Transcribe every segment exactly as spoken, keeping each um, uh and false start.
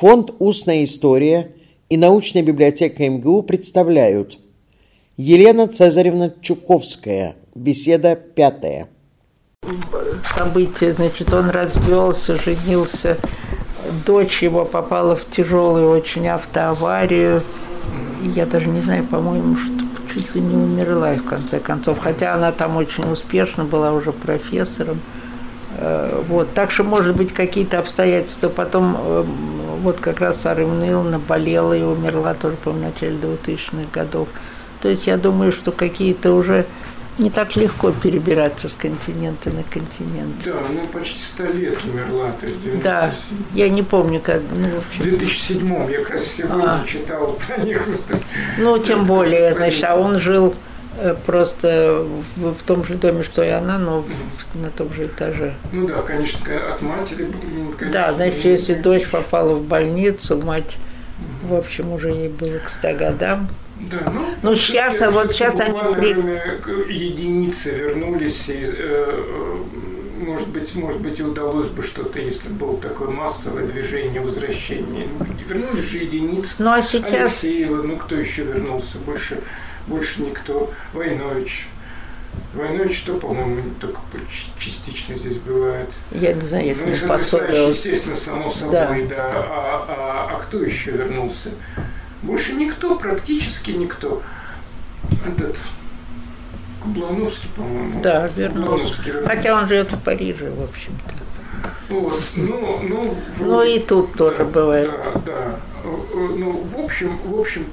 Фонд «Устная история» и научная библиотека эм гэ у представляют Елена Цезаревна Чуковская. Беседа пятая. События, значит, он развелся, женился. Дочь его попала в тяжелую очень автоаварию. Я даже не знаю, по-моему, что чуть ли не умерла в конце концов. Хотя она там очень успешна была уже профессором. Вот. Так что, может быть, какие-то обстоятельства. Потом вот как раз Сара Ивановна болела и умерла тоже, по-моему, в начале двухтысячных годов. То есть я думаю, что какие-то уже не так легко перебираться с континента на континент. Да, ну почти сто лет умерла. То есть девяносто семь. Да, я не помню, как. Ну, в, общем... в две тысячи седьмом я как раз сегодня а. читал про них. Ну, тем более, значит, а он жил просто в, в том же доме, что и она, но mm-hmm. на том же этаже. Ну да, конечно, от матери. Конечно, да, значит, если дочь попала в больницу, мать, mm-hmm. в общем, уже ей было к ста годам. Да, ну, ну сейчас, а вот сейчас они... Кроме единицы вернулись, и, э, может быть, может быть, и удалось бы что-то, если было такое массовое движение возвращения. Вернулись же единицы. Ну, а сейчас... Алексеева, ну, кто еще вернулся? Больше, больше никто. Войнович. Войнович, что, по-моему, только частично здесь бывает. Я не знаю, если ну, не поссорилась. Естественно, само собой, да. да. А, а, а кто еще вернулся? Больше никто, практически никто. Этот Кублановский, по-моему. Да, вернулся. Хотя он живет в Париже, в общем-то. Вот. Ну, ну, в... ну и тут да, тоже бывает. Да, да. Ну, в общем, в общем,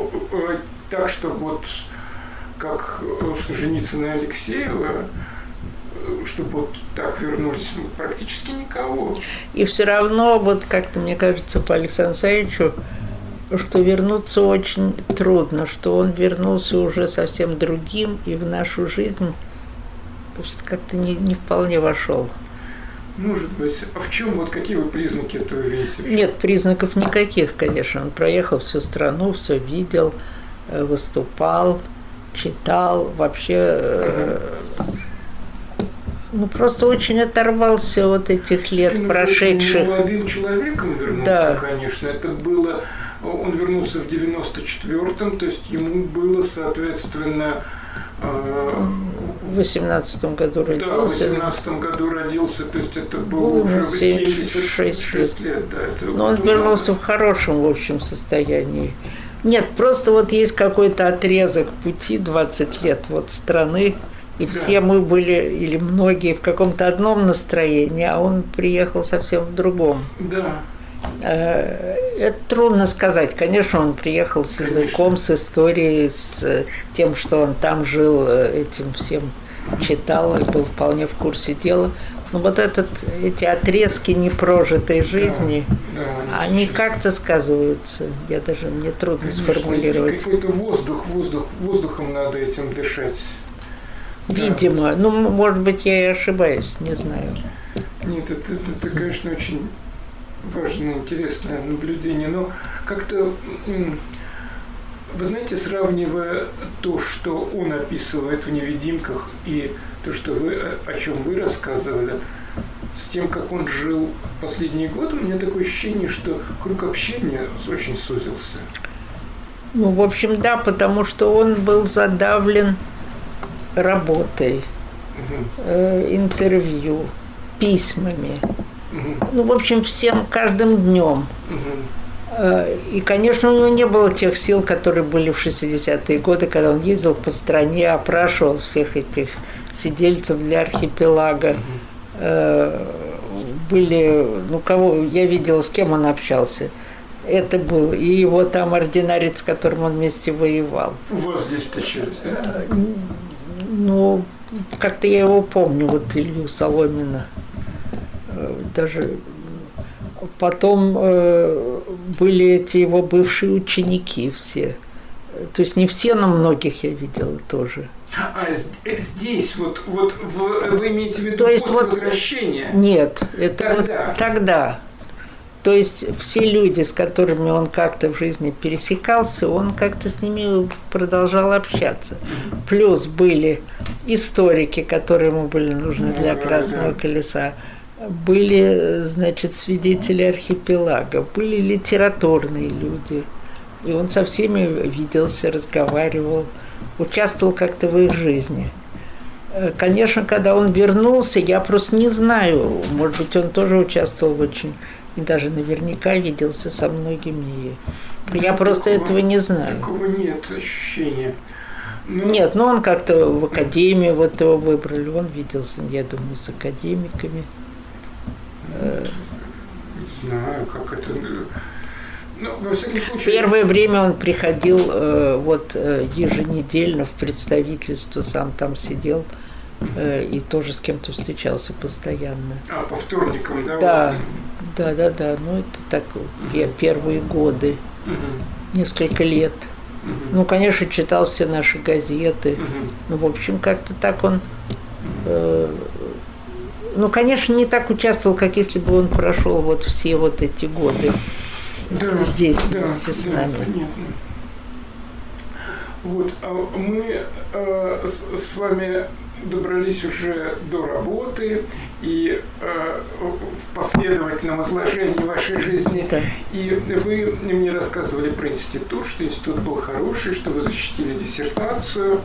так что вот как Солженицына и Алексеева, чтобы вот так вернулись, практически никого. И все равно, вот как-то, мне кажется, по Александру Савичу, что вернуться очень трудно, что он вернулся уже совсем другим и в нашу жизнь как-то не, не вполне вошел. Может быть. А в чем, вот какие вы признаки этого видите? Нет, признаков никаких, конечно. Он проехал всю страну, все видел, выступал, читал, вообще... Ну, просто очень оторвался от этих лет ну, прошедших. Очень молодым человеком вернулся, да. Конечно. Это было... Он вернулся в девяносто четвёртом, то есть ему было, соответственно... В восемнадцатом году родился. Да, в восемнадцатом году родился, то есть это было был уже семьдесят шесть лет. лет да, это Но он вернулся в хорошем, в общем, состоянии. Нет, просто вот есть какой-то отрезок пути, двадцать лет вот страны, и да. все мы были, или многие, в каком-то одном настроении, а он приехал совсем в другом. Да. Это трудно сказать. Конечно, он приехал с Конечно. языком, с историей, с тем, что он там жил, этим всем читал и был вполне в курсе дела. Но вот этот, эти отрезки непрожитой жизни, да, да, они как-то сказываются. Я даже, мне трудно Конечно, сформулировать. Какой-то воздух, воздух, воздухом надо этим дышать. Видимо. Да. Ну, может быть, я и ошибаюсь, не знаю. Нет, это, это конечно, очень... важное, интересное наблюдение, но как-то, вы знаете, сравнивая то, что он описывает в «Невидимках», и то, что вы, о чем вы рассказывали, с тем, как он жил последние годы, у меня такое ощущение, что круг общения очень сузился. Ну, в общем, да, потому что он был задавлен работой, угу. э, интервью, письмами. Ну, в общем, всем, каждым днем. Uh-huh. И, конечно, у него не было тех сил, которые были в шестидесятые годы, когда он ездил по стране, опрашивал всех этих сидельцев для архипелага. Uh-huh. Были, ну, кого, я видела, с кем он общался. Это был и его там ординарец, с которым он вместе воевал. У вас здесь встречались, да? Ну, как-то я его помню, вот Илью Соломина. Даже потом э, были эти его бывшие ученики все. То есть не все, но многих я видела тоже. А здесь вот, вот в, вы имеете в виду То есть после вот, возвращения? Нет, это тогда. вот тогда. То есть все люди, с которыми он как-то в жизни пересекался, он как-то с ними продолжал общаться. Плюс были историки, которые ему были нужны для «Красного колеса». были, значит, свидетели архипелага, были литературные люди. И он со всеми виделся, разговаривал, участвовал как-то в их жизни. Конечно, когда он вернулся, я просто не знаю, может быть, он тоже участвовал в очень, и даже наверняка виделся со многими. Я да, просто такого, этого не знаю. Такого нет ощущения. Ну, нет, но он как-то в академии, вот его выбрали, он виделся, я думаю, с академиками. Не знаю, как это... Ну, во всяком случае... Первое время он приходил вот еженедельно в представительство, сам там сидел и тоже с кем-то встречался постоянно. А, по вторникам, да? Да, да, да, да, ну это так, uh-huh. первые годы, uh-huh. несколько лет. Uh-huh. Ну, конечно, читал все наши газеты, uh-huh. ну, в общем, как-то так он... Э, ну, конечно, не так участвовал, как если бы он прошел вот все вот эти годы. Да, здесь да, вместе с да, нами. Понятно. Вот, а мы э, с, с вами добрались уже до работы и э, в последовательном изложении вашей жизни. Да. И вы мне рассказывали про институт, что институт был хороший, что вы защитили диссертацию.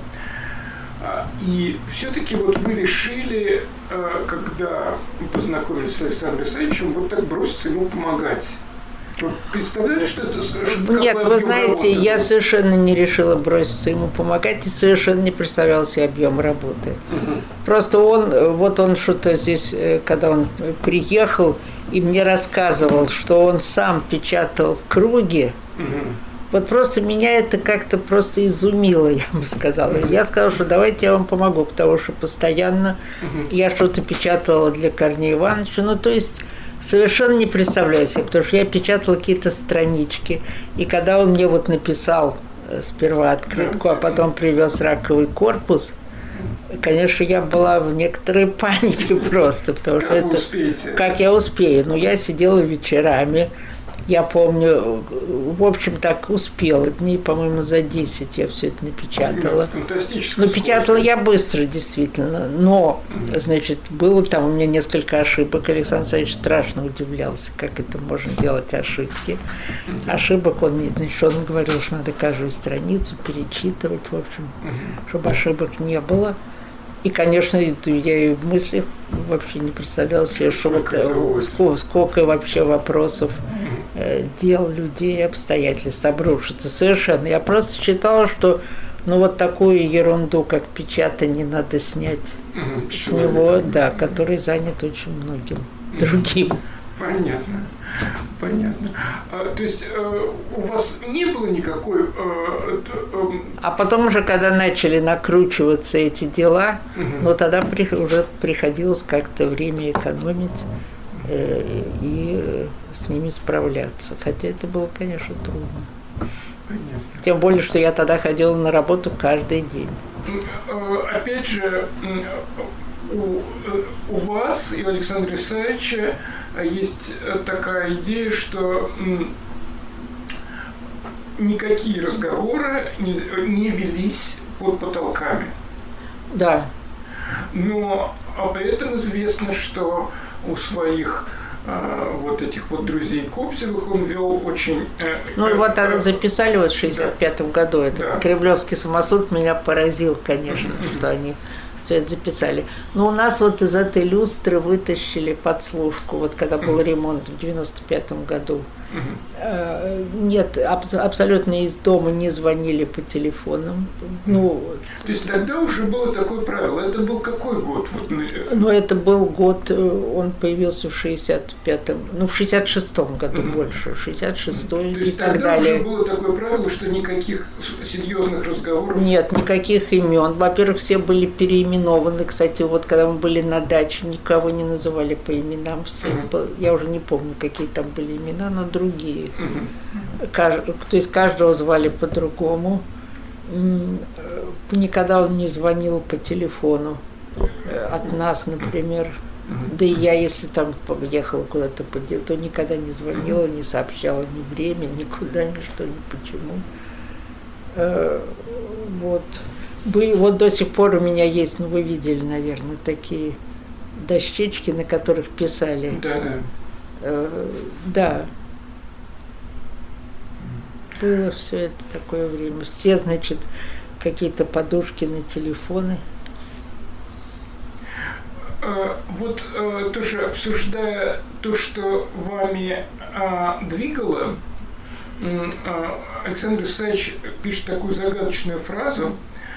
И все-таки вот вы решили, когда познакомились с Александром Исаевичем, вот так броситься ему помогать. Вот представляете, что это... Нет, вы знаете, я совершенно не решила броситься ему помогать и совершенно не представляла себе объем работы. Uh-huh. Просто он, вот он что-то здесь, когда он приехал и мне рассказывал, что он сам печатал в круге, uh-huh. вот просто меня это как-то просто изумило, я бы сказала. Uh-huh. Я сказала, что давайте я вам помогу, потому что постоянно uh-huh. я что-то печатала для Корнея Ивановича, ну то есть... Совершенно не представляю себе, потому что я печатала какие-то странички. И когда он мне вот написал сперва открытку, а потом привез раковый корпус, конечно, я была в некоторой панике просто, потому что это... Успеете? Как я успею? Ну, я сидела вечерами, я помню, в общем, так успела. Дней, по-моему, за десять я все это напечатала. Фантастически. Ну, печатала я быстро, действительно. Но, значит, было там у меня несколько ошибок. Александр Александрович страшно удивлялся, как это можно делать ошибки. Ошибок он не... Значит, он говорил, что надо каждую страницу перечитывать, в общем, чтобы ошибок не было. И, конечно, я и в мыслях вообще не представляла себе, что вот сколько, сколько вообще вопросов, э, дел, людей, обстоятельств обрушится. Совершенно. Я просто считала, что ну вот такую ерунду, как печатание, надо снять угу, с него, да, который занят очень многим другим. Понятно. Понятно. А, то есть э, у вас не было никакой... Э, э, а потом уже, когда начали накручиваться эти дела, угу. ну тогда при, уже приходилось как-то время экономить э, и с ними справляться. Хотя это было, конечно, трудно. Понятно. Тем более, что я тогда ходила на работу каждый день. Опять же, у, у вас и у Александра Исаевича есть такая идея, что никакие разговоры не, не велись под потолками. Да. Но а при этом известно, что у своих а, вот этих вот друзей Кобзевых он вел очень... Э, ну и вот они записали вот в шестьдесят пятом да. году этот да. Кремлевский самосуд, меня поразил, конечно, mm-hmm. что они все это записали. Но у нас вот из этой люстры вытащили подслушку, вот когда был ремонт в девяносто пятом году. Нет, аб- абсолютно из дома не звонили по телефонам. Ну, то есть тогда уже было такое правило. Это был какой год? Вот... Ну, это был год, он появился в шестьдесят пятом, ну, в шестьдесят шестом году mm-hmm. больше, шестьдесят шестой и так далее. То есть тогда уже было такое правило, что никаких серьезных разговоров... Нет, никаких имен. Во-первых, все были переименованы. Кстати, вот когда мы были на даче, никого не называли по именам. Все, mm-hmm. Я уже не помню, какие там были имена, но другие. Mm-hmm. Кажд... То есть каждого звали по-другому. Никогда он не звонил по телефону от нас, например. Mm-hmm. Да и я, если там ехала куда-то по делу, то никогда не звонила, не сообщала ни время, никуда, ни что, ни почему. Вот. Вот до сих пор у меня есть, ну вы видели, наверное, такие дощечки, на которых писали. Да, да. Э, да. Было все это такое время. Все, значит, какие-то подушки на телефоны. Вот тоже обсуждая то, что вами двигало, Александр Исаевич пишет такую загадочную фразу: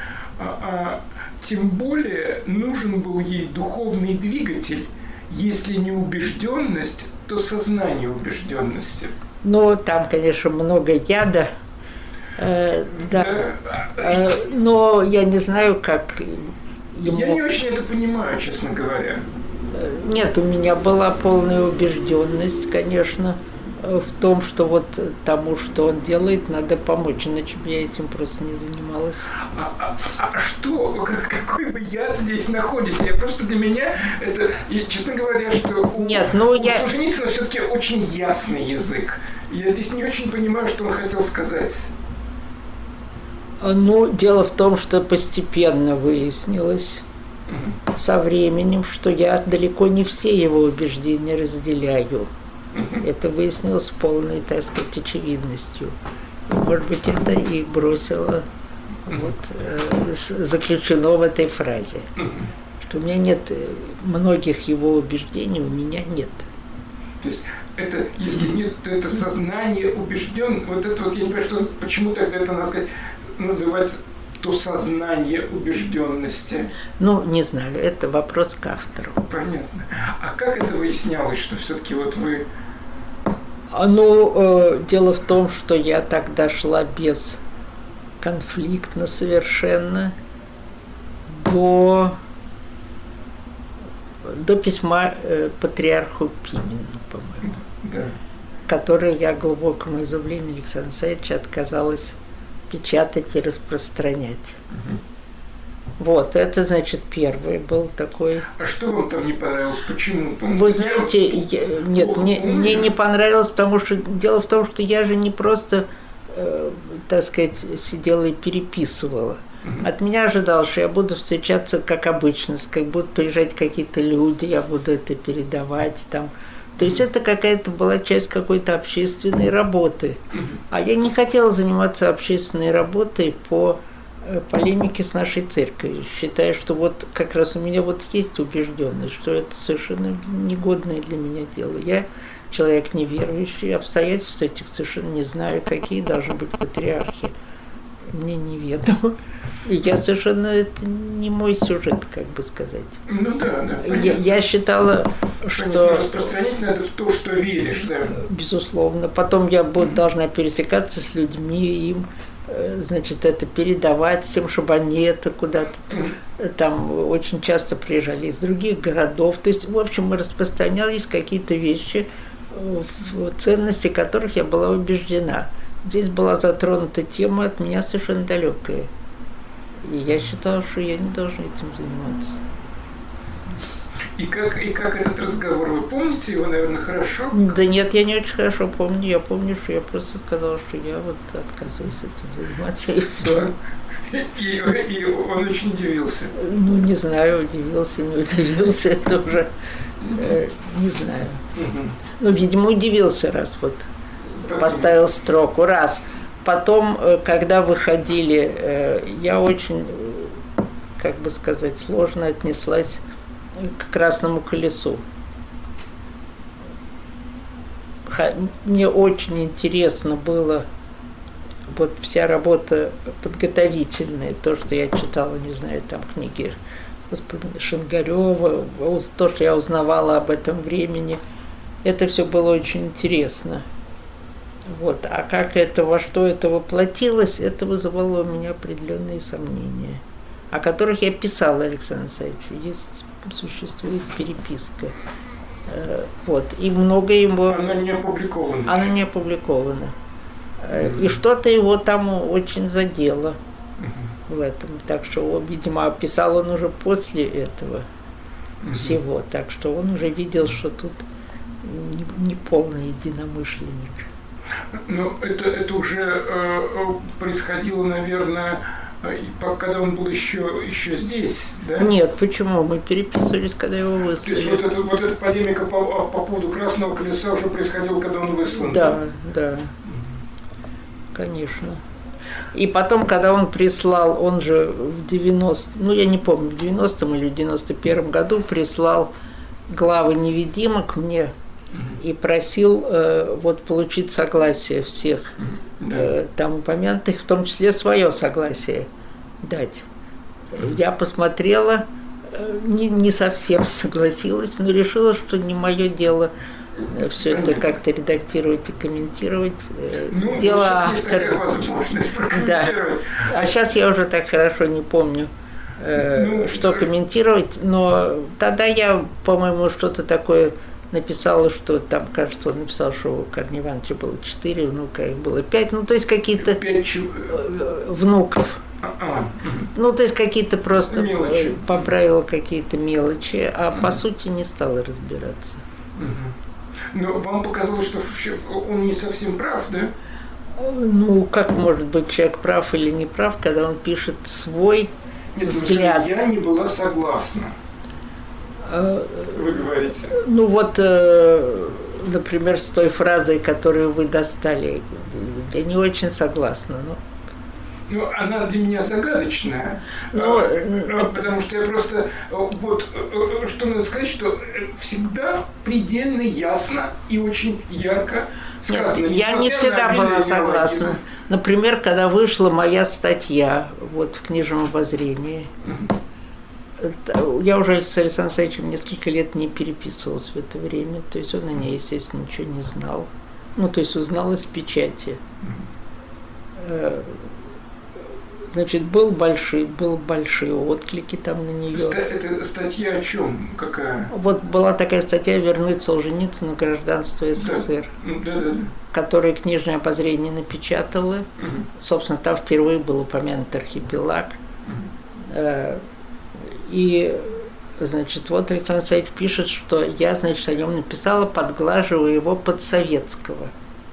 «Тем более нужен был ей духовный двигатель, если не убежденность, то сознание убежденности». Ну, там, конечно, много яда, э, да. да. Э, но я не знаю, как ему... Я не очень это понимаю, честно говоря. Нет, у меня была полная убежденность, конечно, в том, что вот тому, что он делает, надо помочь, иначе бы я этим просто не занималась. А, а, а что, какой вы яд здесь находите? Я просто для меня это, и, честно говоря, что у, Нет, ну, у я... Солженицына все-таки очень ясный язык. Я здесь не очень понимаю, что он хотел сказать. Ну, дело в том, что постепенно выяснилось угу. со временем, что я далеко не все его убеждения разделяю. Это выяснилось с полной, так сказать, очевидностью. И, может быть, это и бросило, вот, э, заключено в этой фразе, что у меня нет многих его убеждений, у меня нет. То есть это, если нет, то это сознание убежден. Вот это вот я не понимаю, что, почему тогда это, надо сказать, называть то сознание убежденности. Ну, не знаю, это вопрос к автору. Понятно. А как это выяснялось, что все-таки вот вы... Ну, э, дело в том, что я тогда шла бесконфликтно совершенно до, до письма э, патриарху Пимену, по-моему, да. которое я, к глубокому изумлению Александра Исаевича, отказалась печатать и распространять. Угу. Вот, это, значит, первый был такой... А что вам там не понравилось? Почему? Вы знаете, я, нет, мне, мне не понравилось, потому что дело в том, что я же не просто, э, так сказать, сидела и переписывала. Uh-huh. От меня ожидалось, что я буду встречаться как обычно, как будут приезжать какие-то люди, я буду это передавать там. То есть это какая-то была часть какой-то общественной работы. Uh-huh. А я не хотела заниматься общественной работой по... полемики с нашей церковью, считая, что вот как раз у меня вот есть убежденность, что это совершенно негодное для меня дело. Я человек неверующий, обстоятельств этих совершенно не знаю, какие должны быть патриархи. Мне неведомо. И я совершенно, это не мой сюжет, как бы сказать. Ну да, да. Я, я считала, понятно, что... Распространять надо в то, что веришь, да. Безусловно. Потом я буду, должна пересекаться с людьми, им значит, это передавать всем, чтобы они это куда-то там очень часто приезжали из других городов. То есть, в общем, мы распространялись какие-то вещи, в ценности которых я была убеждена. Здесь была затронута тема от меня совершенно далекая. И я считала, что я не должна этим заниматься. И как, и как этот разговор? Вы помните его, наверное, хорошо? Да нет, я не очень хорошо помню. Я помню, что я просто сказала, что я вот отказываюсь этим заниматься, и все. И, и он очень удивился? Ну, не знаю, удивился, не удивился, это уже э, не знаю. Угу. Ну, видимо, удивился, раз вот Потом. поставил строку, раз. Потом, когда выходили, э, я очень, как бы сказать, сложно отнеслась к «Красному колесу». Мне очень интересно было вот вся работа подготовительная, то, что я читала, не знаю, там книги Шингарёва, то, что я узнавала об этом времени, это все было очень интересно. Вот. А как это, во что это воплотилось, это вызывало у меня определенные сомнения, о которых я писала Александру Исаевичу. Есть, существует переписка. Вот. И много ему... Она не опубликована. Она не опубликована. Mm-hmm. И что-то его там очень задело mm-hmm. в этом. Так что, видимо, писал он уже после этого mm-hmm. всего. Так что он уже видел, что тут не, не полный единомышленник. Ну, это, это уже э, происходило, наверное, когда он был еще, еще здесь, да? Нет, почему? Мы переписывались, когда его выслали. То есть вот, это, вот эта полемика по, по поводу Красного Колеса уже происходила, когда он выслан? Да, да, да. Конечно. И потом, когда он прислал, он же в девяностом, ну я не помню, в девяностом или в девяносто первом году прислал главы невидимок мне и просил э, вот получить согласие всех э, там упомянутых, в том числе свое согласие дать. Я посмотрела, э, не, не совсем согласилась, но решила, что не мое дело все это как-то редактировать и комментировать. Ну, дело вот автора. Есть такая возможность прокомментировать. Да. А сейчас я уже так хорошо не помню, э, ну, что даже... комментировать, но тогда я, по-моему, что-то такое написала, что там, кажется, он написал, что у Корнея Ивановича было четыре внука, их было пять, ну, то есть какие-то пять внуков. А-а. Ну, то есть какие-то просто мелочи. Поправила какие-то мелочи, а mm-hmm. по сути не стала разбираться. Mm-hmm. Но вам показалось, что он не совсем прав, да? Ну, как может быть человек прав или не прав, когда он пишет свой Нет, взгляд? Нет, я не была согласна. Вы говорите. Ну вот, например, с той фразой, которую вы достали, я не очень согласна. Но... Ну, она для меня загадочная, но, а, потому что я просто, вот, что надо сказать, что всегда предельно ясно и очень ярко сказано. Нет, я не всегда была согласна. Например, когда вышла моя статья вот, в книжном обозрении, угу. я уже с Александром Александровичем несколько лет не переписывалась в это время, то есть он о ней, естественно, ничего не знал. Ну, то есть узнал из печати. Угу. Значит, был большие, был большие отклики там на нее. Это статья о чем? Какая? Вот была такая статья «Вернуть Солженицыну гражданство СССР», да. Да, да, да. которую книжное обозрение напечатало. Угу. Собственно, там впервые был упомянут архипелаг. Угу. И, значит, вот Александр Александрович пишет, что я, значит, о нем написала, подглаживая его под советского.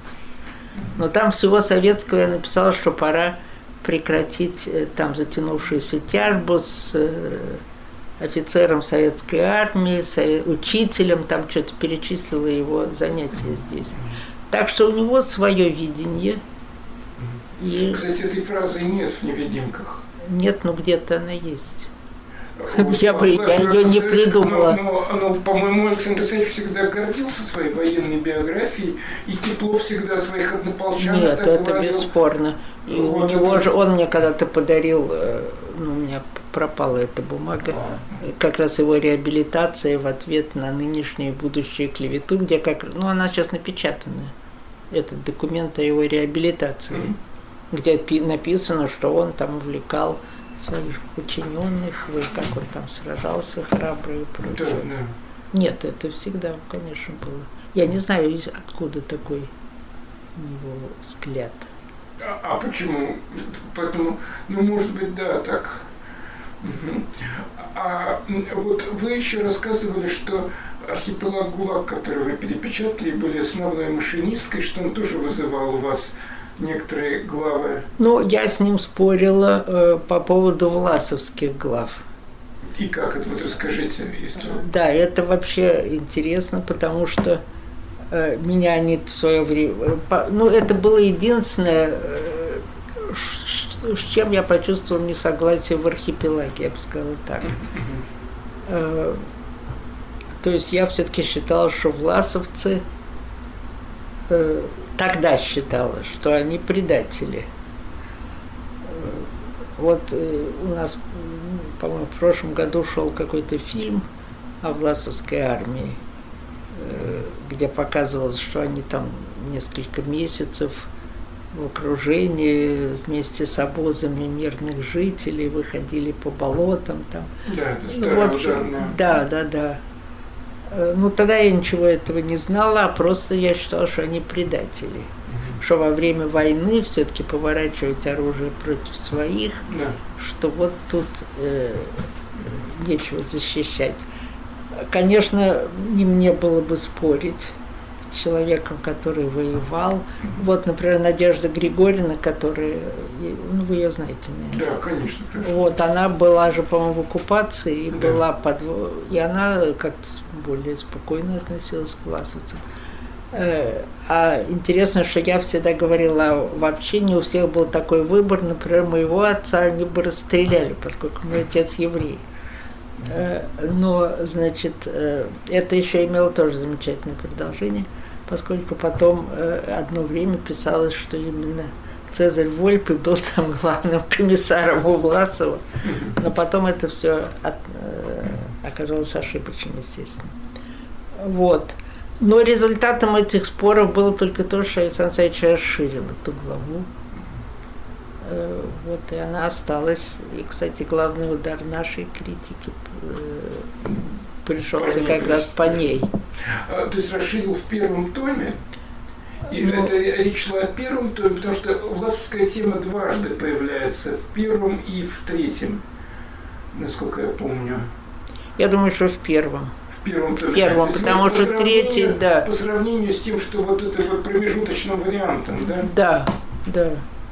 Но там всего советского я написала, что пора прекратить там затянувшуюся тяжбу с офицером советской армии, с учителем, там что-то перечислила его занятия здесь. Так что у него свое видение. И... Кстати, этой фразы нет в «Невидимках». Нет, но где-то она есть. Вот, я бы я ее не придумала. Но, но, но, по-моему, Александр Александрович всегда гордился своей военной биографией и тепло всегда своих однополчан. Нет, это говорил. Бесспорно. И вот у него это... же, он мне когда-то подарил, ну, у меня пропала эта бумага, как раз его реабилитация в ответ на нынешнюю и будущую клевету, где как, ну, она сейчас напечатана, этот документ о его реабилитации, mm-hmm. где написано, что он там увлекал своих подчиненных, как он там сражался храбро и прочее. Да, да. Нет, это всегда, конечно, было. Я не знаю, откуда такой у него взгляд. А, а почему? Поэтому, ну, может быть, да, так. Угу. А вот вы еще рассказывали, что архипелаг ГУЛАГ, который вы перепечатали, были основной машинисткой, что он тоже вызывал у вас некоторые главы. Ну, я с ним спорила э, по поводу власовских глав. И как это? Вот расскажите, если... Да, это вообще интересно, потому что э, меня они в свое время... По, ну, это было единственное, э, с, с чем я почувствовал несогласие в архипелаге, я бы сказала так. э, то есть я все-таки считала, что власовцы... Э, Тогда считала, что они предатели. Вот у нас, по-моему, в прошлом году шел какой-то фильм о власовской армии, где показывалось, что они там несколько месяцев в окружении вместе с обозами мирных жителей выходили по болотам. Там. Да, это старая, ну, в общем, ударная. Да, да, да. Ну, тогда я ничего этого не знала, а просто я считала, что они предатели. Mm-hmm. Что во время войны все-таки поворачивать оружие против своих, yeah. что вот тут э, нечего защищать. Конечно, не мне было бы спорить, человеком, который воевал. Вот, например, Надежда Григорьевна, которая, ну, вы ее знаете, наверное. Да, конечно, конечно. Вот, она была же, по-моему, в оккупации, и да. была под... И она как-то более спокойно относилась к власовцам. А интересно, что я всегда говорила, вообще не у всех был такой выбор. Например, моего отца они бы расстреляли, поскольку мой отец еврей. Но, значит, это еще имело тоже замечательное продолжение, поскольку потом одно время писалось, что именно Цезарь Вольпе был там главным комиссаром у Власова, но потом это все от, оказалось ошибочным, естественно. Вот. Но результатом этих споров было только то, что Александр Александрович расширил эту главу. Вот, и она осталась. И, кстати, главный удар нашей критики пришелся как приш... раз по ней. А, то есть расширил в первом томе? И ну, это речь шла о первом томе, потому что власовская тема дважды появляется, в первом и в третьем, насколько я помню. Я думаю, что в первом. В первом томе. В первом, потому что третий, да. По сравнению с тем, что вот это вот промежуточным вариантом, да? Да, да.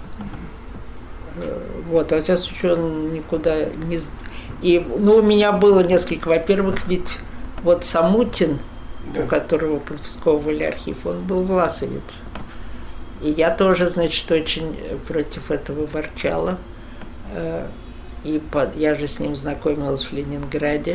Вот, а сейчас еще никуда не... И, ну, у меня было несколько, во-первых, ведь вот Самутин, да. у которого конфисковывали архив, он был власовец. И я тоже, значит, очень против этого ворчала. И под... я же с ним знакомилась в Ленинграде.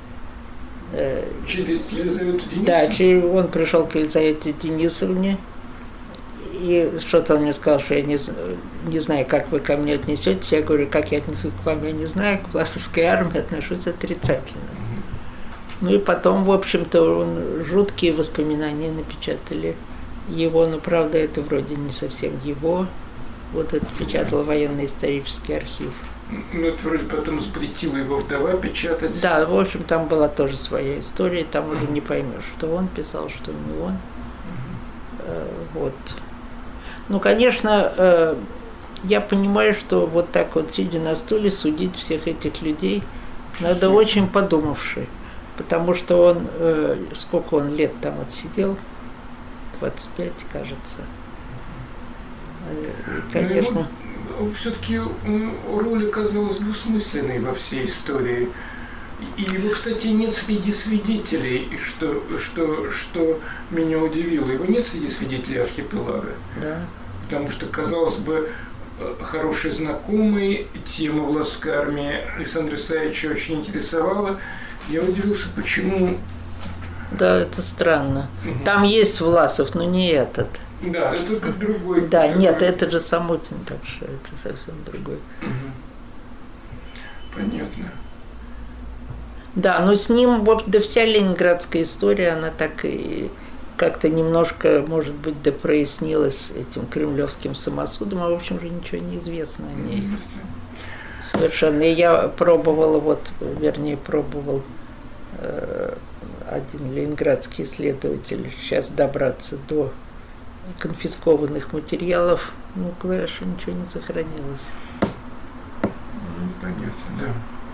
Через Елизавету Денисовну? Да, он пришел к Елизавете Денисовне. И что-то он мне сказал, что я не, не знаю, как вы ко мне отнесетесь. Я говорю, как я отнесусь к вам, я не знаю. К власовской армии отношусь отрицательно. Ну и потом, в общем-то, он жуткие воспоминания напечатали его, но правда это вроде не совсем его. Вот это печатал военно-исторический архив. Ну это вроде потом запретила его вдова печатать. Да, в общем, там была тоже своя история, там уже не поймешь, что он писал, что не он. Вот. Ну, конечно, я понимаю, что вот так вот, сидя на стуле, судить всех этих людей надо очень подумавши, потому что он, сколько он лет там отсидел, двадцать пять, кажется. И, конечно... Все-таки роль оказалась двусмысленной во всей истории. И его, кстати, нет среди свидетелей, что, что, что меня удивило. Его нет среди свидетелей архипелага. Да. Потому что, казалось бы, хороший знакомый, тема власовской армии Александра Исаевича очень интересовала. Я удивился, почему... Да, это странно. Угу. Там есть Власов, но не этот. Да, это как другой. Да, другой. Нет, это же Самутин, так что это совсем другой. Угу. Понятно. Да, но с ним, вот, да вся ленинградская история, она так и как-то немножко, может быть, да прояснилась этим кремлевским самосудом, а в общем же ничего не известно о ней. Неизвестно. Совершенно. И я пробовала, вот, вернее, пробовал э, один ленинградский исследователь сейчас добраться до конфискованных материалов, ну, говорят, что ничего не сохранилось. Понятно, да.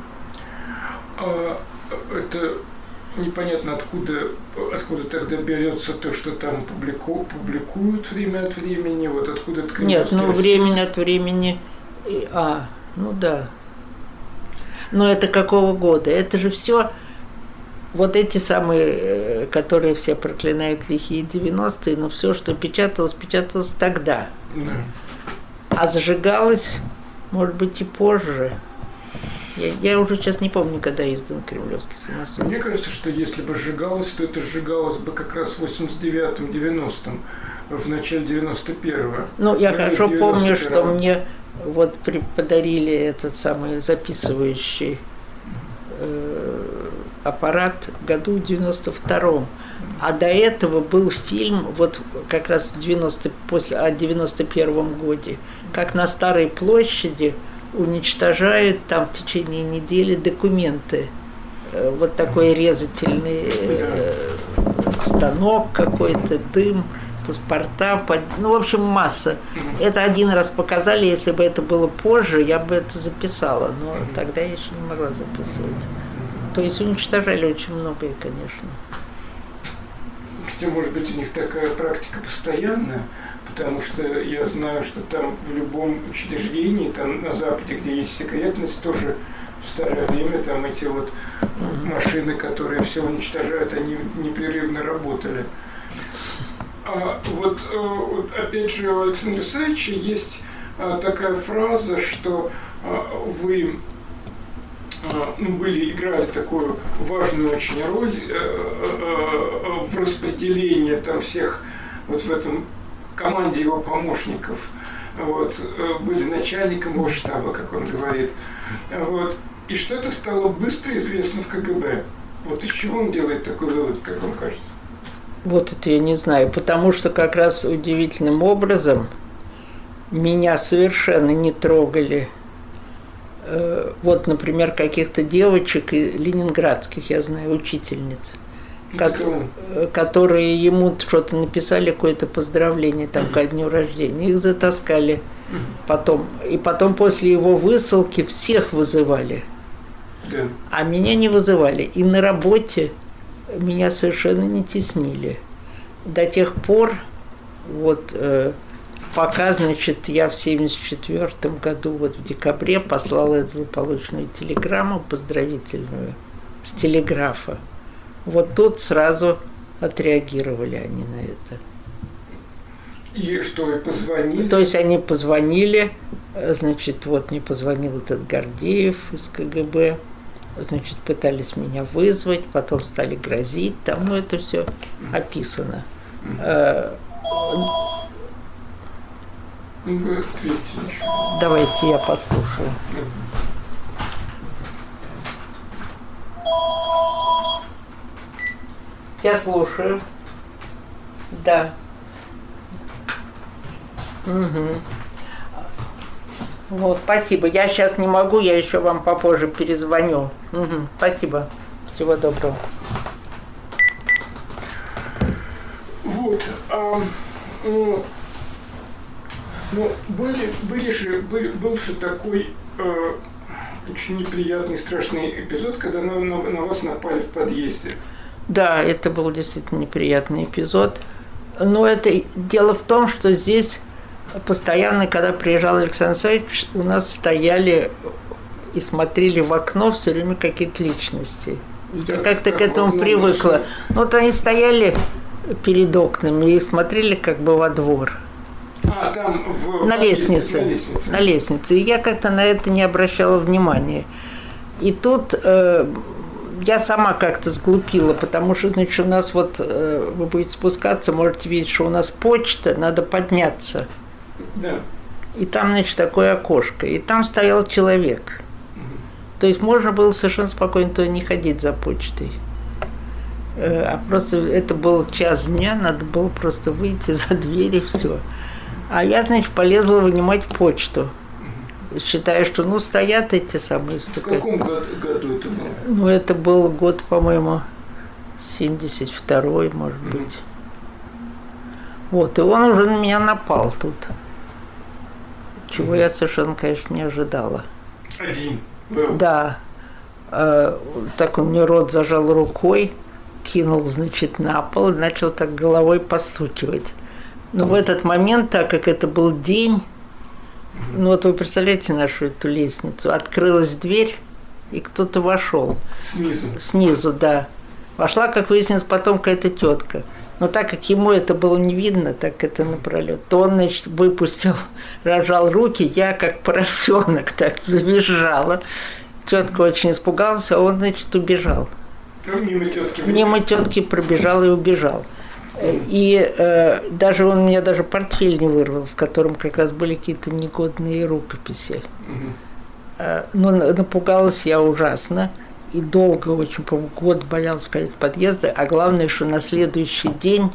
А это непонятно, откуда, откуда тогда берется то, что там публику, публикуют время от времени, вот откуда это. Нет, ну время от времени, а, ну да. Но это какого года? Это же все вот эти самые, которые все проклинают лихие девяностые, но все, что печаталось, печаталось тогда. Да. А зажигалось, может быть, и позже. Я, я уже сейчас не помню, когда издан кремлевский самосуд. Мне кажется, что если бы сжигалось, то это сжигалось бы как раз в восемьдесят девятом девяностом, в начале девяносто первого. Ну, я хорошо помню, что мне вот подарили этот самый записывающий э, аппарат в году девяносто втором. А до этого был фильм, вот как раз девяносто, после, о девяносто первом годе, как на Старой площади уничтожают там в течение недели документы. Вот такой резательный станок какой-то, дым, паспорта, под... ну, в общем, масса. Это один раз показали, если бы это было позже, я бы это записала, но тогда я еще не могла записывать. То есть уничтожали очень многое, конечно. Хотя, может быть, у них такая практика постоянная, потому что я знаю, что там в любом учреждении, там на Западе, где есть секретность, тоже в старое время там эти вот машины, которые все уничтожают, они непрерывно работали. А вот, вот опять же у Александра Исаевича есть такая фраза, что вы ну, были, играли такую важную очень роль в распределении там всех вот в этом команде его помощников, вот, были начальником его штаба, как он говорит, вот, и что это стало быстро известно в КГБ. Вот из чего он делает такой вывод, как вам кажется? Вот это я не знаю, потому что как раз удивительным образом меня совершенно не трогали. Вот, например, каких-то девочек ленинградских, я знаю, учительниц, ко- которые ему что-то написали, какое-то поздравление там uh-huh. ко дню рождения, их затаскали uh-huh. потом. И потом после его высылки всех вызывали, yeah. а меня не вызывали. И на работе меня совершенно не теснили. До тех пор, вот, э, пока, значит, я в семьдесят четвёртом году, вот в декабре, послала эту злополучную телеграмму поздравительную с телеграфа. Вот тут сразу отреагировали они на это. И что, и позвонили? То есть они позвонили, значит, вот мне позвонил этот Гордеев из КГБ, значит, пытались меня вызвать, потом стали грозить, там, ну, это все описано. Вы ответьте ничего. Давайте я послушаю. Я слушаю. Да. Угу. Ну, спасибо. Я сейчас не могу, я еще вам попозже перезвоню. Угу. Спасибо. Всего доброго. Вот. А, ну, ну, были, были же, были, был же такой э, очень неприятный, страшный эпизод, когда на, на, на вас напали в подъезде. Да, это был действительно неприятный эпизод. Но это дело в том, что здесь постоянно, когда приезжал Александр Исаевич, у нас стояли и смотрели в окно все время какие-то личности. И я как-то к этому привыкла. Ну, вот они стояли перед окнами и смотрели как бы во двор. А, там в... На лестнице. На лестнице. На лестнице. И я как-то на это не обращала внимания. И тут э, я сама как-то сглупила, потому что, значит, у нас вот, э, вы будете спускаться, можете видеть, что у нас почта, надо подняться. Да. И там, значит, такое окошко. И там стоял человек. Угу. То есть можно было совершенно спокойно туда не ходить за почтой. Э, а просто это был час дня, надо было просто выйти за дверь и все. А я, значит, полезла вынимать почту. Угу. Считая, что, ну, стоят эти самые... В каком году, году это было? Ну, это был год, по-моему, семьдесят второй, может угу. быть. Вот, и он уже на меня напал тут. Чего угу. я совершенно, конечно, не ожидала. Один был? Да. Э, так он мне рот зажал рукой, кинул, значит, на пол и начал так головой постукивать. Но в этот момент, так как это был день, угу. ну вот вы представляете нашу эту лестницу, открылась дверь, и кто-то вошел. Снизу? Снизу, да. Вошла, как выяснилось, потом какая-то тетка. Но так как ему это было не видно, так это напролет, то он, значит, выпустил, рожал руки, я как поросенок так завизжала. Тетка очень испугалась, а он, значит, убежал. Мимо тетки? Мимо тетки пробежал и убежал. И э, даже он меня даже портфель не вырвал, в котором как раз были какие-то негодные рукописи. Угу. Э, но напугалась я ужасно. И долго очень, по-моему, год боялась входить в подъезды. А главное, что на следующий день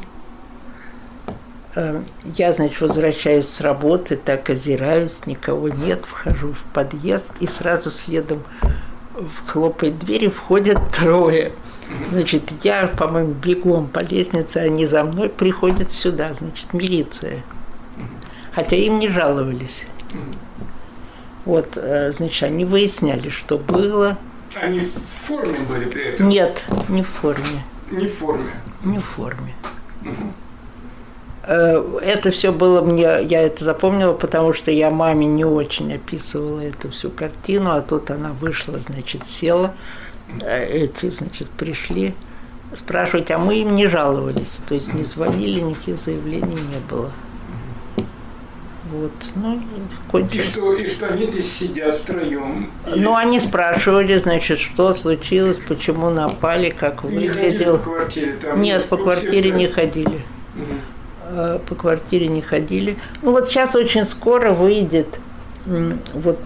э, я, значит, возвращаюсь с работы, так озираюсь, никого нет, вхожу в подъезд, и сразу следом хлопает дверь, и входят трое. Значит, я, по-моему, бегом по лестнице, они за мной приходят сюда, значит, милиция. Хотя им не жаловались. Вот, э, значит, они выясняли, что было. Они в форме были при этом? Нет, не в форме. Не в форме? Не в форме. Это все было мне, я это запомнила, потому что я маме не очень описывала эту всю картину, а тут она вышла, значит, села, эти, значит, пришли спрашивать, а мы им не жаловались, то есть не звонили, никаких заявлений не было. Вот, ну, и что, и что они здесь сидят втроем? И... Ну, они спрашивали, значит, что случилось, почему напали, как не выглядел. По квартире, там Нет, по квартире не ходили. Угу. По квартире не ходили. Ну, вот сейчас очень скоро выйдет, вот,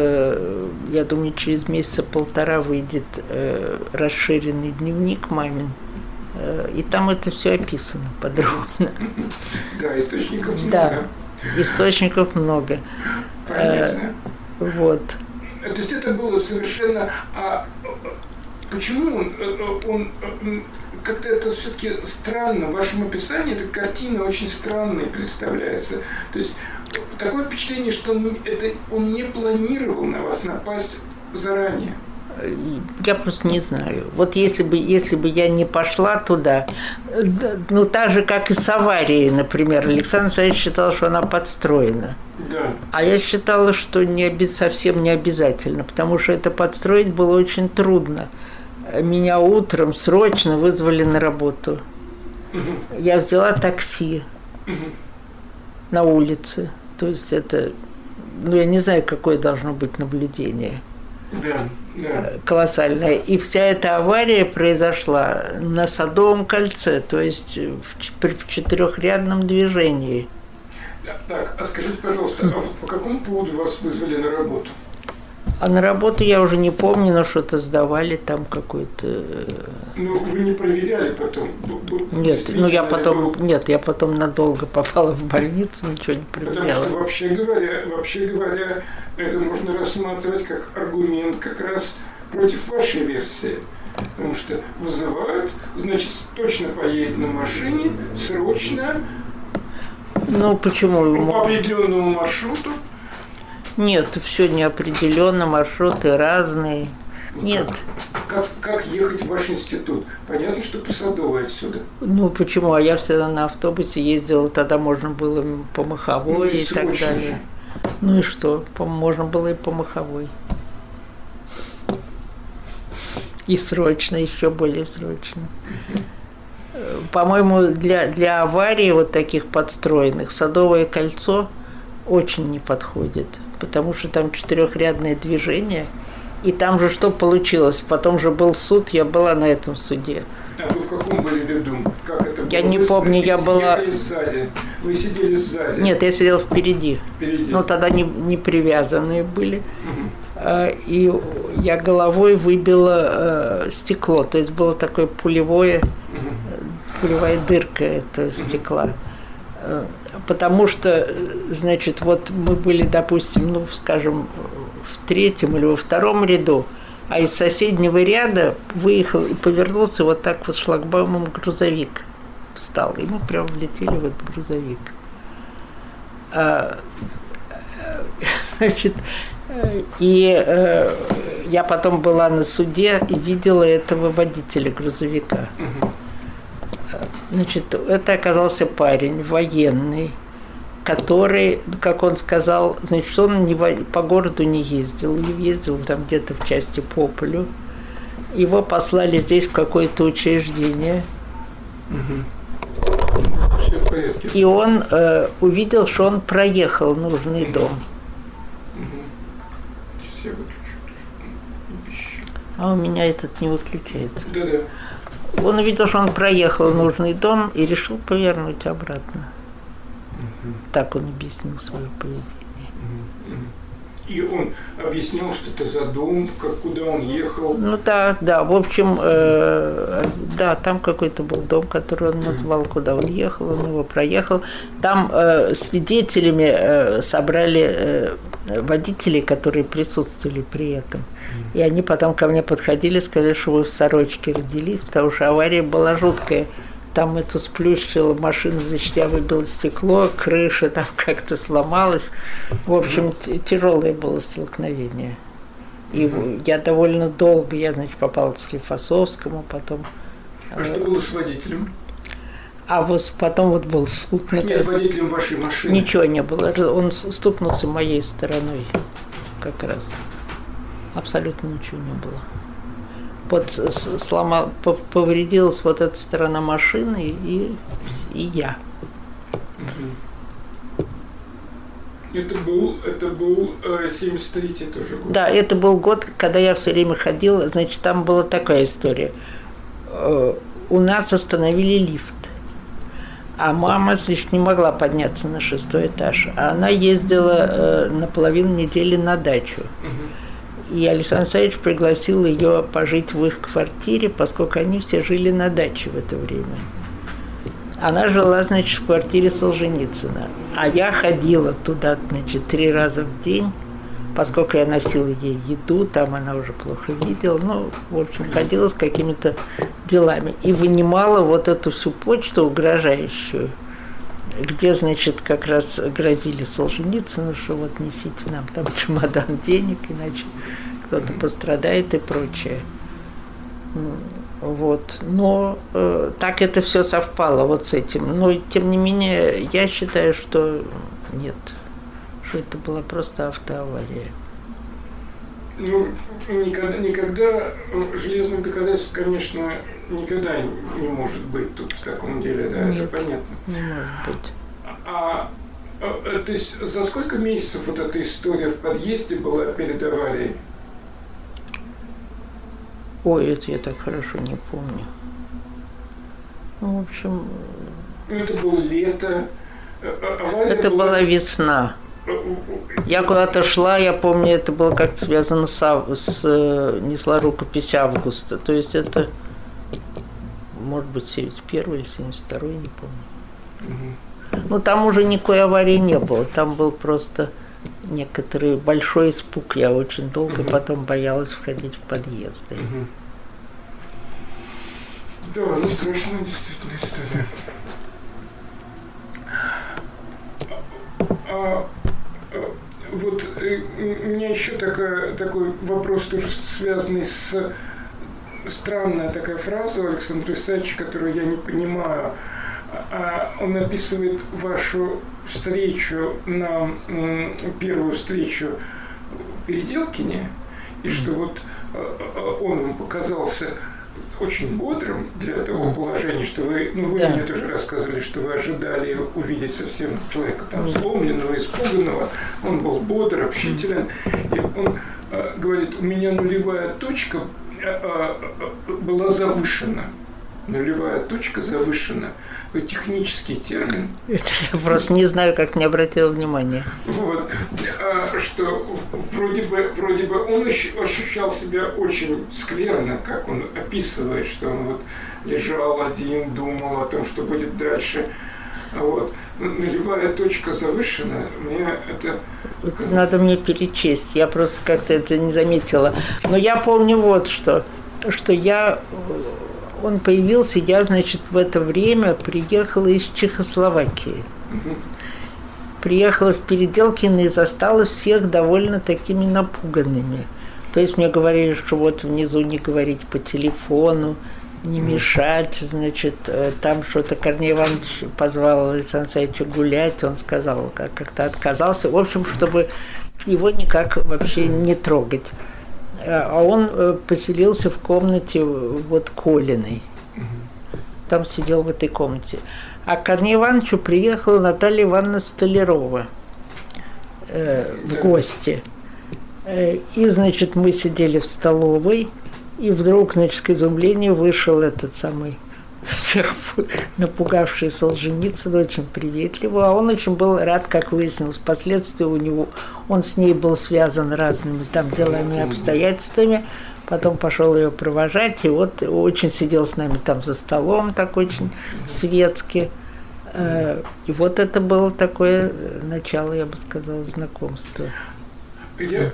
я думаю, через месяца полтора выйдет расширенный дневник мамин. И там это все описано подробно. Да, источников много. Да. Источников много. Понятно. Вот. То есть это было совершенно... А почему он, он как-то это все-таки странно? В вашем описании эта картина очень странной представляется. То есть такое впечатление, что он, это, он не планировал на вас напасть заранее. Я просто не знаю. Вот если бы, если бы я не пошла туда, ну так же, как и с аварией, например, Александр Александрович считал, что она подстроена. Да. А я считала, что не, совсем не обязательно, потому что это подстроить было очень трудно. Меня утром срочно вызвали на работу. Угу. Я взяла такси угу. на улице. То есть это, ну я не знаю, какое должно быть наблюдение. Да, да. Колоссальная. И вся эта авария произошла на Садовом кольце, то есть в, в четырехрядном движении. Так, а скажите, пожалуйста, а по какому поводу вас вызвали на работу? А на работу я уже не помню, но что-то сдавали там какой-то... Ну, вы не проверяли потом? Нет, ну я потом, был... нет, я потом надолго попала в больницу, ничего не проверяла. Потому что, вообще говоря, вообще говоря, это можно рассматривать как аргумент как раз против вашей версии. Потому что вызывают, значит, точно поедет на машине, срочно, ну, почему? По определенному маршруту. Нет, все неопределенно, маршруты разные. Нет. Как, как ехать в ваш институт? Понятно, что по Садовой отсюда. Ну почему? А я всегда на автобусе ездила, тогда можно было по Маховой ну, и, и так далее. Же. Ну и что? По, можно было и по Маховой. И срочно, еще более срочно. По-моему, для, для аварии вот таких подстроенных Садовое кольцо очень не подходит, потому что там четырехрядное движение, и там же что получилось? Потом же был суд, я была на этом суде. А вы в каком были ряду? Как это было? Я не вы помню, я была... Сзади. Вы сидели сзади? Нет, я сидела впереди. Впереди. Но тогда не, не привязанные были. Угу. И я головой выбила э, стекло, то есть было такое пулевое, угу. пулевая дырка этого стекла. Угу. Потому что, значит, вот мы были, допустим, ну, скажем, в третьем или во втором ряду, а из соседнего ряда выехал и повернулся вот так вот шлагбаумом грузовик встал, и мы прям влетели в этот грузовик. А, значит, и э, я потом была на суде и видела этого водителя грузовика. Значит, это оказался парень военный, который, как он сказал, значит, он не, по городу не ездил, ездил там где-то в части по полю. Его послали здесь в какое-то учреждение. Угу. Все в порядке. И он э, увидел, что он проехал нужный дом. Угу. Сейчас я выключу, не пищу. А у меня этот не выключается. Да-да. Он увидел, что он проехал нужный дом и решил повернуть обратно. Угу. Так он объяснил свое поведение. Угу. И он объяснял, что это за дом, как, куда он ехал. Ну да, да, в общем, э, да, там какой-то был дом, который он назвал, куда он ехал, он его проехал. Там э, свидетелями э, собрали э, водителей, которые присутствовали при этом. И они потом ко мне подходили, сказали, что вы в сорочке родились, потому что авария была жуткая. Там эту сплющила машина, значит, я выбила стекло, крыша там как-то сломалась. В общем, тяжелое было столкновение. И mm-hmm. я довольно долго, я, значит, попала к Склифосовскому, потом... А что было с водителем? А вот потом вот был суд. Нет, водителем вашей машины. Ничего не было. Он стукнулся моей стороной как раз. Абсолютно ничего не было. Вот сломал, повредилась вот эта сторона машины и, и я. Это был, это был семьдесят третий тоже год. Да, это был год, когда я все время ходила. Значит, там была такая история. У нас остановили лифт. А мама, значит, не могла подняться на шестой этаж. А она ездила на половину недели на дачу. Угу. И Александр Александрович пригласил ее пожить в их квартире, поскольку они все жили на даче в это время. Она жила, значит, в квартире Солженицына. А я ходила туда, значит, три раза в день, поскольку я носила ей еду, там она уже плохо видела. Ну, в общем, ходила с какими-то делами. И вынимала вот эту всю почту угрожающую, где, значит, как раз грозили Солженицыну, что вот несите нам там чемодан денег, иначе кто-то пострадает и прочее. Вот. Но э, так это все совпало вот с этим. Но, тем не менее, я считаю, что нет, что это была просто автоавария. Ну, никогда, никогда железных доказательств, конечно, никогда не может быть тут в таком деле, да, нет, это понятно. Не может быть. А, а, то есть за сколько месяцев вот эта история в подъезде была перед аварией? Ой, это я так хорошо не помню. Ну, в общем... Это было лето. Авария это была... была весна. Я куда-то шла, я помню, это было как-то связано с, с... Несла рукопись Августа. То есть это, может быть, семьдесят первый или семьдесят второй, не помню. Угу. Ну, там уже никакой аварии не было. Там был просто некоторый большой испуг. Я очень долго угу. потом боялась входить в подъезды. Угу. Да, ну страшная действительно история. А, а, вот у меня еще такая, такой вопрос, тоже связанный с странная такая фраза у Александра Исаевича, которую я не понимаю. Он описывает вашу встречу, на первую встречу в Переделкине, и что вот он вам показался очень бодрым для того положения, что вы, ну вы да. мне тоже рассказывали, что вы ожидали увидеть совсем человека там сломленного, испуганного, он был бодр, общителен, и он говорит, у меня нулевая точка была завышена. Нулевая точка завышена. Такой технический термин. Я просто не знаю, как не обратила внимания. Вот. А, что вроде бы, вроде бы он ощущал себя очень скверно, как он описывает, что он вот лежал один, думал о том, что будет дальше. Вот. Нулевая точка завышена, мне это... это надо мне перечесть, я просто как-то это не заметила. Но я помню вот что, что я... Он появился, я, значит, в это время приехала из Чехословакии. Приехала в Переделкино и застала всех довольно такими напуганными. То есть мне говорили, что вот внизу не говорить по телефону, не мешать, значит, там что-то Корней Иванович позвал Александра Александровича гулять, он сказал, как-то отказался, в общем, чтобы его никак вообще не трогать. А он поселился в комнате вот Колиной. Там сидел в этой комнате. А к Корнею Ивановичу приехала Наталья Ивановна Столярова э, в гости. Э, и, значит, мы сидели в столовой, и вдруг, значит, к изумлению вышел этот самый всех напугавший Солженицын, очень приветливый, а он очень был рад, как выяснилось впоследствии, у него, он с ней был связан разными там делами и обстоятельствами, потом пошел ее провожать, и вот очень сидел с нами там за столом, так очень светски, и вот это было такое начало, я бы сказала, знакомства. Я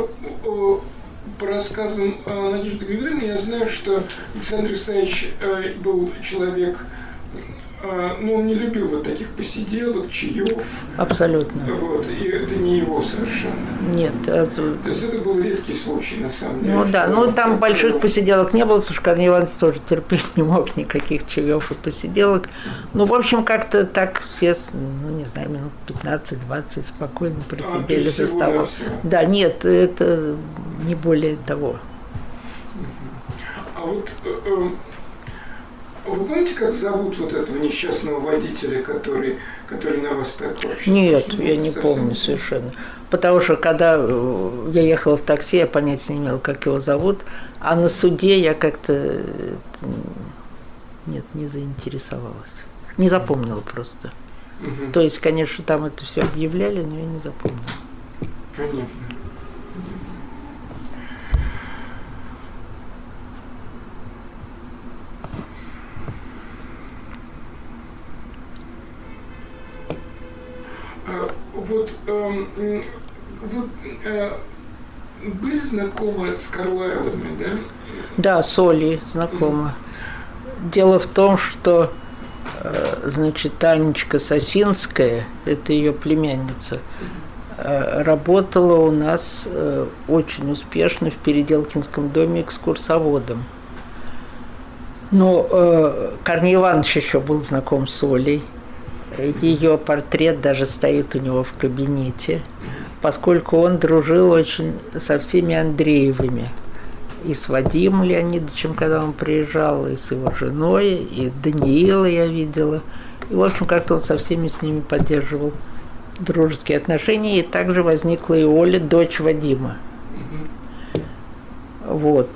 по рассказам Надежды Григорьевны я знаю, что Александр Исаевич был человек ну, он не любил вот таких посиделок, чаев. Абсолютно. Вот, и это не его совершенно. Нет. Это... То есть это был редкий случай, на самом деле. Ну да, ну там больших было... посиделок не было, потому что Корней Иванович тоже терпеть не мог никаких чаев и посиделок. Ну, в общем, как-то так все, ну, не знаю, минут пятнадцать-двадцать спокойно просидели а, за столом. Да, нет, это не более того. А вот... Э, Вы помните, как зовут вот этого несчастного водителя, который, который на вас так вообще... Нет, я не совсем... помню совершенно. Потому что когда я ехала в такси, я понятия не имела, как его зовут, а на суде я как-то нет, не заинтересовалась. Не запомнила просто. Угу. То есть, конечно, там это все объявляли, но я не запомнила. Понятно. Вот э, вы э, были знакомы с Карлайлами, да? Да, с Олей знакома. Mm-hmm. Дело в том, что, э, значит, Танечка Сосинская, это ее племянница, э, работала у нас э, очень успешно в Переделкинском доме экскурсоводом. Но э, Корней Иванович еще был знаком с Олей. Ее портрет даже стоит у него в кабинете, поскольку он дружил очень со всеми Андреевыми. И с Вадимом Леонидовичем, когда он приезжал, и с его женой, и Даниила я видела. И, в общем, как-то он со всеми с ними поддерживал дружеские отношения. И также возникла и Оля, дочь Вадима. Вот.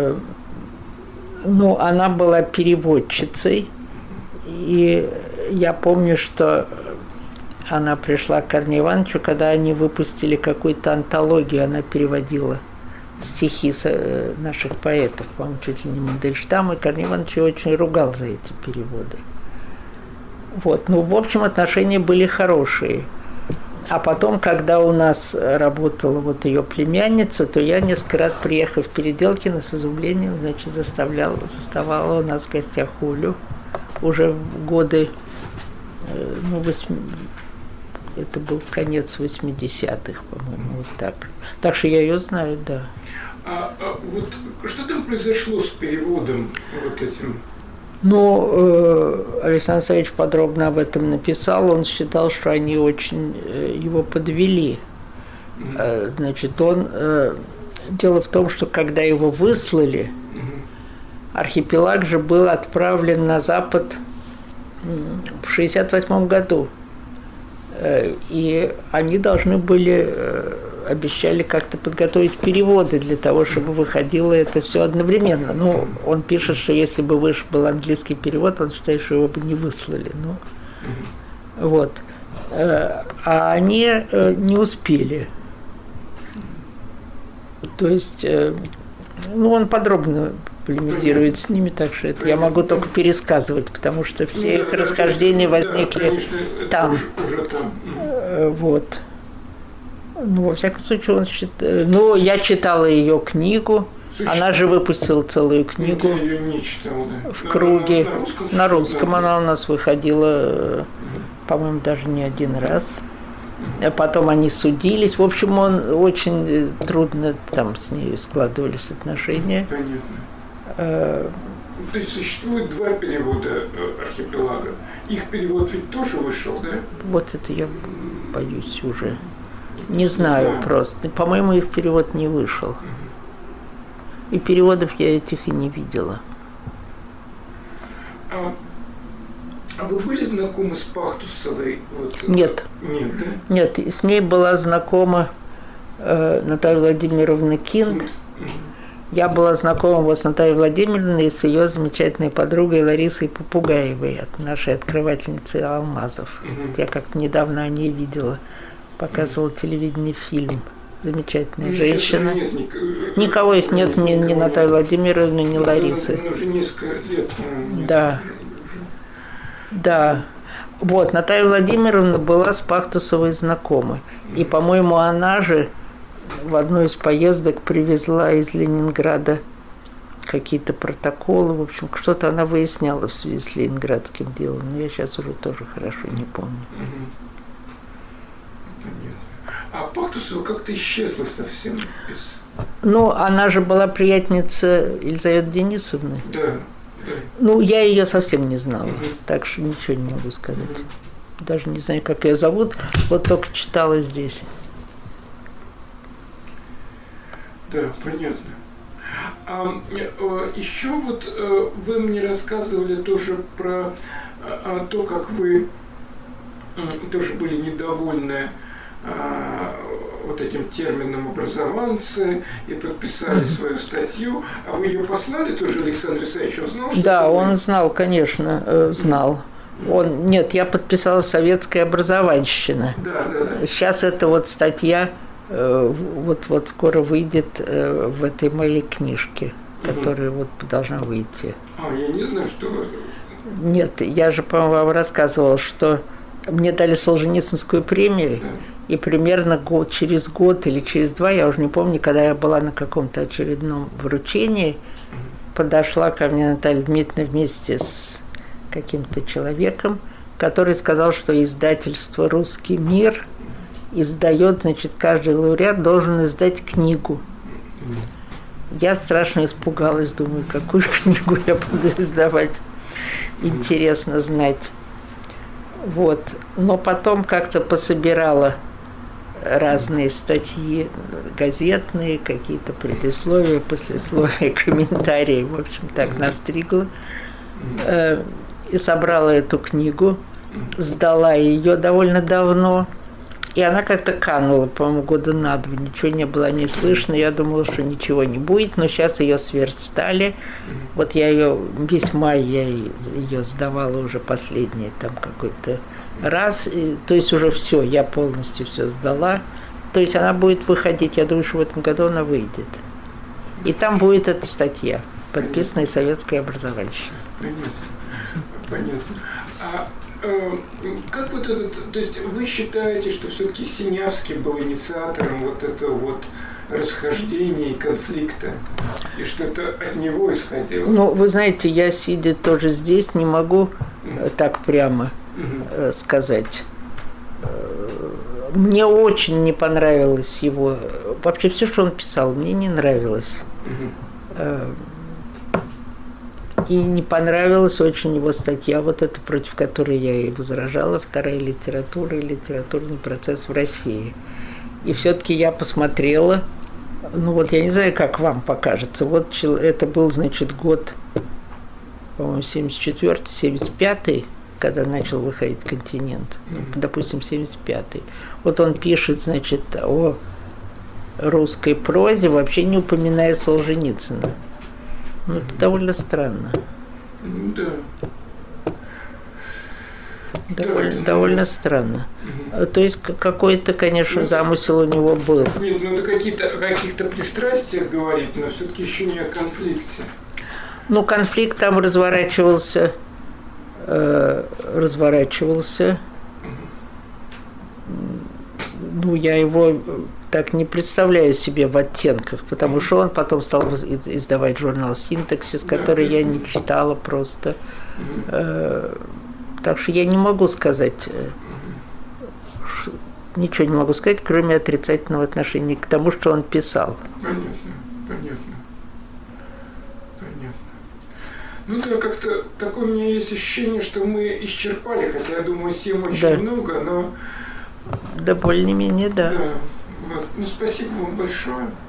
Но она была переводчицей, и я помню, что она пришла к Корнею Ивановичу, когда они выпустили какую-то антологию, она переводила стихи наших поэтов, по-моему, чуть ли не Мандельштама, и Корней Иванович ее очень ругал за эти переводы. Вот, ну, в общем, отношения были хорошие. А потом, когда у нас работала вот ее племянница, то я несколько раз, приехав в Переделкино, с изумлением, значит, заставляла, заставала у нас в гостях Олю уже в годы, ну, восьми... это был конец восьмидесятых, по-моему, вот так. Так что я ее знаю, да. А, а вот что там произошло с переводом вот этим? Ну, э, Александр Савельевич подробно об этом написал. Он считал, что они очень э, его подвели. Mm-hmm. Э, значит, он... Э, дело в том, что когда его выслали, mm-hmm. архипелаг же был отправлен на Запад в шестьдесят восьмом году. Э, и они должны были... Э, обещали как-то подготовить переводы для того, чтобы выходило это все одновременно. Ну, он пишет, что если бы выше был английский перевод, он считает, что его бы не выслали. Ну, mm-hmm. вот. А они не успели. То есть, ну, он подробно полемизирует с ними, так что это я могу только пересказывать, потому что все их расхождения возникли там. Вот. Ну, во всяком случае, он считает... Ну, я читала ее книгу. Слушай, она же выпустила целую книгу. Я ее не читала, да. В круге. На, на русском, на русском она у нас выходила, по-моему, даже не один раз. А потом они судились. В общем, он очень трудно там с ней складывались отношения. Понятно. А... То есть существует два перевода архипелага. Их перевод ведь тоже вышел, да? Вот это я боюсь уже. Не знаю, знаю просто. По-моему, их перевод не вышел. И переводов я этих и не видела. А, а вы были знакомы с Пахтусовой? Вот, Нет. Нет, да? Нет, с ней была знакома э, Наталья Владимировна Кинт. Mm-hmm. Я была знакома вот с Натальей Владимировной и с ее замечательной подругой Ларисой Попугаевой, от нашей открывательницы алмазов. Mm-hmm. Я как-то недавно о ней видела. Показывал телевидение фильм. Замечательная ну, женщина. Нет, ник... Никого их нет, ни, ни Натальи Владимировны, ни Ларисы. Ну, уже несколько лет. Нет. Да. Да. Вот, Наталья Владимировна была с Пахтусовой знакома. И, по-моему, она же в одну из поездок привезла из Ленинграда какие-то протоколы, в общем, что-то она выясняла в связи с ленинградским делом, но я сейчас уже тоже хорошо не помню. Угу. Понятно. А Пахтусова как-то исчезла совсем из... Ну, она же была приятница Елизаветы Денисовны. Да, да. Ну, я ее совсем не знала, Угу. так что ничего не могу сказать. Угу. Даже не знаю, как ее зовут, вот только читала здесь. Да, понятно. А, еще вот вы мне рассказывали тоже про то, как вы тоже были недовольны вот этим термином образованцы и подписали свою статью, а вы ее послали тоже Александру Исаевичу? Он знал, что Да, он вы... знал, конечно, знал. Он, нет, я подписала «Советская образованщина». Да, да, да. Сейчас эта вот статья вот, вот скоро выйдет в этой моей книжке, которая угу. вот должна выйти. А, я не знаю, что вы... Нет, я же, по-моему, вам рассказывала, что мне дали Солженицынскую премию, да. И примерно год, через год или через два, я уже не помню, когда я была на каком-то очередном вручении, угу. подошла ко мне Наталья Дмитриевна вместе с каким-то человеком, который сказал, что издательство «Русский мир» издает, значит, каждый лауреат должен издать книгу. Я страшно испугалась, думаю, какую книгу я буду издавать. Интересно знать. Вот. Но потом как-то пособирала разные статьи газетные, какие-то предисловия, послесловия, комментарии. В общем, так настригла. И собрала эту книгу, сдала ее довольно давно. И она как-то канула, по-моему, года на два, ничего не было не слышно. Я думала, что ничего не будет, но сейчас ее сверстали. Вот я ее, весь май я ее сдавала уже последний там какой-то раз. И, то есть уже все, я полностью все сдала. То есть она будет выходить, я думаю, что в этом году она выйдет. И там будет эта статья, подписанная «Советская образованщина». Понятно. Понятно. А как вот этот, то есть вы считаете, что все-таки Синявский был инициатором вот этого вот расхождения и конфликта, и что это от него исходило? Ну, вы знаете, я, сидя тоже здесь, не могу mm-hmm. так прямо mm-hmm. сказать. Мне очень не понравилось его, вообще все, что он писал, мне не нравилось. Mm-hmm. И не понравилась очень его статья, вот эта, против которой я и возражала, «Вторая литература и литературный процесс в России». И все-таки я посмотрела, ну вот я не знаю, как вам покажется, вот это был, значит, год, по-моему, семьдесят четвёртый, семьдесят пятый, когда начал выходить «Континент», ну, допустим, семьдесят пятый. Вот он пишет, значит, о русской прозе, вообще не упоминая Солженицына. Ну, это довольно странно. Да. Довольно, да, довольно да. странно. Угу. То есть какой-то, конечно, ну, замысел у него был. Нет, ну, о каких-то, каких-то пристрастиях говорить, но все-таки еще не о конфликте. Ну, конфликт там разворачивался, э, разворачивался. Угу. Ну, я его так не представляю себе в оттенках, потому что он потом стал издавать журнал «Синтаксис», который я не читала просто. Так что я не могу сказать, ничего не могу сказать, кроме отрицательного отношения к тому, что он писал. Понятно, понятно. Понятно. Ну да, как-то такое у меня есть ощущение, что мы исчерпали, хотя я думаю, тем очень да. много, но... Да, более-менее, да. Да. Вот. Ну, спасибо вам большое.